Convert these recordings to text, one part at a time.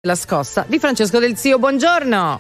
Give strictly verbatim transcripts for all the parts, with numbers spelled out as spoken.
La scossa di Francesco Del Zio, buongiorno.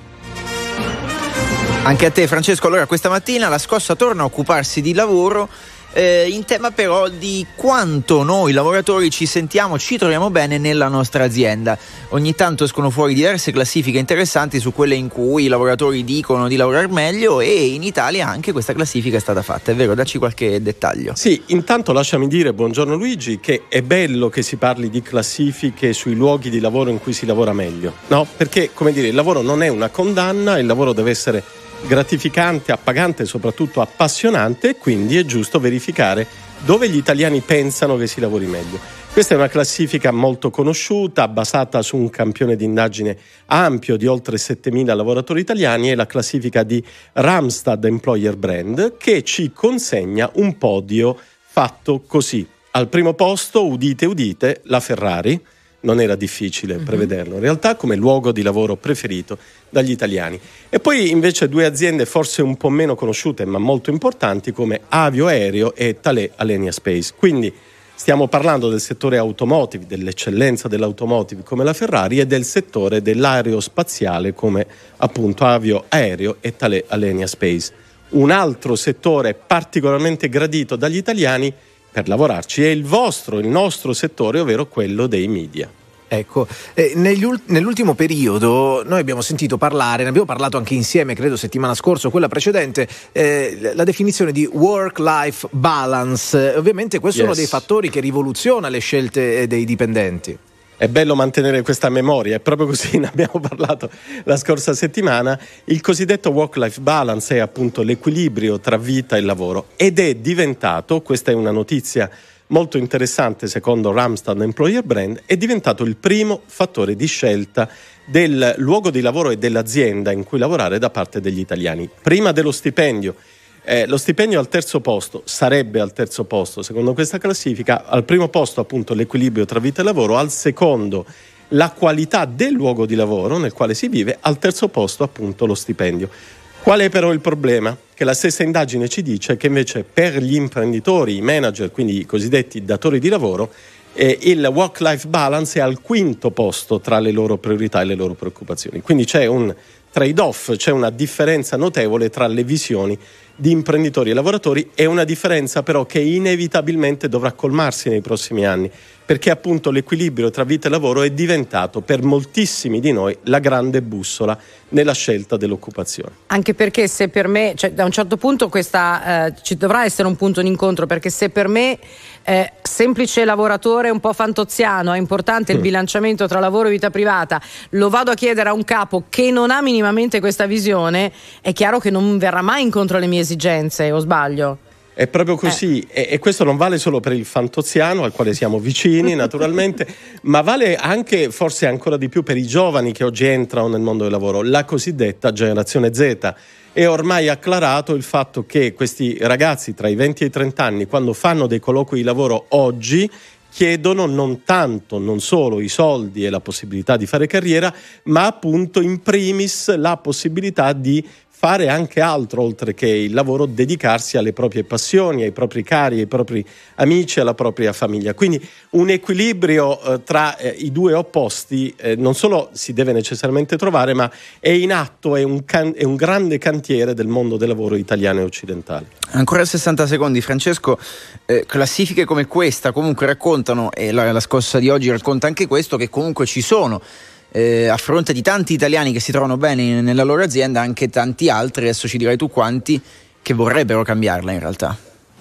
Anche a te Francesco. Allora, questa mattina la scossa torna a occuparsi di lavoro, eh, in tema però di quanto noi lavoratori ci sentiamo, ci troviamo bene nella nostra azienda. Ogni tanto escono fuori diverse classifiche interessanti su quelle in cui i lavoratori dicono di lavorare meglio, e in Italia anche questa classifica è stata fatta, è vero? Dacci qualche dettaglio. Sì, intanto lasciami dire, buongiorno Luigi, che è bello che si parli di classifiche sui luoghi di lavoro in cui si lavora meglio, no? Perché, come dire, il lavoro non è una condanna, il lavoro deve essere gratificante, appagante e soprattutto appassionante, e quindi è giusto verificare dove gli italiani pensano che si lavori meglio. Questa è una classifica molto conosciuta, basata su un campione di indagine ampio di oltre settemila lavoratori italiani, è la classifica di Randstad Employer Brand, che ci consegna un podio fatto così. Al primo posto, udite udite, la Ferrari. Non era difficile uh-huh. prevederlo, in realtà, come luogo di lavoro preferito dagli italiani. E poi invece due aziende forse un po' meno conosciute ma molto importanti, come Avio Aereo e Thales Alenia Space. Quindi stiamo parlando del settore automotive, dell'eccellenza dell'automotive come la Ferrari, e del settore dell'aerospaziale come appunto Avio Aereo e Thales Alenia Space. Un altro settore particolarmente gradito dagli italiani per lavorarci è il vostro, il nostro settore, ovvero quello dei media. Ecco, eh, negli ult- nell'ultimo periodo noi abbiamo sentito parlare, ne abbiamo parlato anche insieme, credo settimana scorsa o quella precedente, eh, la definizione di work-life balance. Ovviamente questo yes. è uno dei fattori che rivoluziona le scelte dei dipendenti. È bello mantenere questa memoria, è proprio così, ne abbiamo parlato la scorsa settimana. Il cosiddetto work-life balance è appunto l'equilibrio tra vita e lavoro, ed è diventato, questa è una notizia molto interessante secondo Randstad Employer Brand, è diventato il primo fattore di scelta del luogo di lavoro e dell'azienda in cui lavorare da parte degli italiani. Prima dello stipendio. Eh, lo stipendio al terzo posto, sarebbe al terzo posto secondo questa classifica, al primo posto appunto l'equilibrio tra vita e lavoro, al secondo la qualità del luogo di lavoro nel quale si vive, al terzo posto appunto lo stipendio. Qual è però il problema? Che la stessa indagine ci dice che invece per gli imprenditori, i manager, quindi i cosiddetti datori di lavoro, eh, il work-life balance è al quinto posto tra le loro priorità e le loro preoccupazioni. Quindi c'è un trade-off, c'è una differenza notevole tra le visioni di imprenditori e lavoratori, è una differenza però che inevitabilmente dovrà colmarsi nei prossimi anni, perché appunto l'equilibrio tra vita e lavoro è diventato per moltissimi di noi la grande bussola nella scelta dell'occupazione. Anche perché se per me, cioè da un certo punto questa eh, ci dovrà essere un punto d'incontro, perché se per me eh, semplice lavoratore un po' fantoziano è importante il mm. bilanciamento tra lavoro e vita privata, lo vado a chiedere a un capo che non ha minimamente questa visione, è chiaro che non verrà mai incontro alle mie esigenze, o sbaglio? È proprio così, eh. e, e questo non vale solo per il fantoziano, al quale siamo vicini naturalmente, ma vale anche, forse ancora di più, per i giovani che oggi entrano nel mondo del lavoro, la cosiddetta generazione Z. È ormai acclarato il fatto che questi ragazzi tra i venti e i trenta anni, quando fanno dei colloqui di lavoro oggi, chiedono non tanto, non solo i soldi e la possibilità di fare carriera, ma appunto in primis la possibilità di fare anche altro oltre che il lavoro, dedicarsi alle proprie passioni, ai propri cari, ai propri amici, alla propria famiglia. Quindi un equilibrio eh, tra eh, i due opposti eh, non solo si deve necessariamente trovare, ma è in atto, è un, can- è un grande cantiere del mondo del lavoro italiano e occidentale. Ancora sessanta secondi, Francesco. Eh, classifiche come questa comunque raccontano, e la, la scossa di oggi racconta anche questo, che comunque ci sono, Eh, a fronte di tanti italiani che si trovano bene nella loro azienda, anche tanti altri, adesso ci dirai tu quanti, che vorrebbero cambiarla in realtà.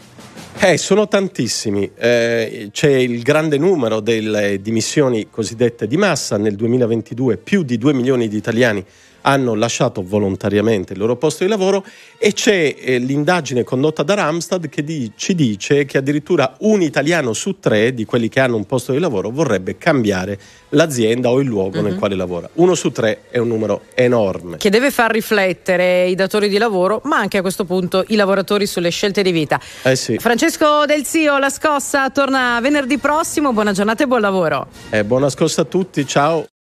Eh, sono tantissimi. Eh, c'è il grande numero delle dimissioni cosiddette di massa. Nel duemilaventidue più di due milioni di italiani hanno lasciato volontariamente il loro posto di lavoro, e c'è eh, l'indagine condotta da Randstad che di, ci dice che addirittura un italiano su tre di quelli che hanno un posto di lavoro vorrebbe cambiare l'azienda o il luogo uh-huh. nel quale lavora. Uno su tre è un numero enorme, che deve far riflettere i datori di lavoro, ma anche a questo punto i lavoratori sulle scelte di vita. Eh sì. Francesco Del Zio, La Scossa torna venerdì prossimo, buona giornata e buon lavoro. Eh, buona scossa a tutti, ciao.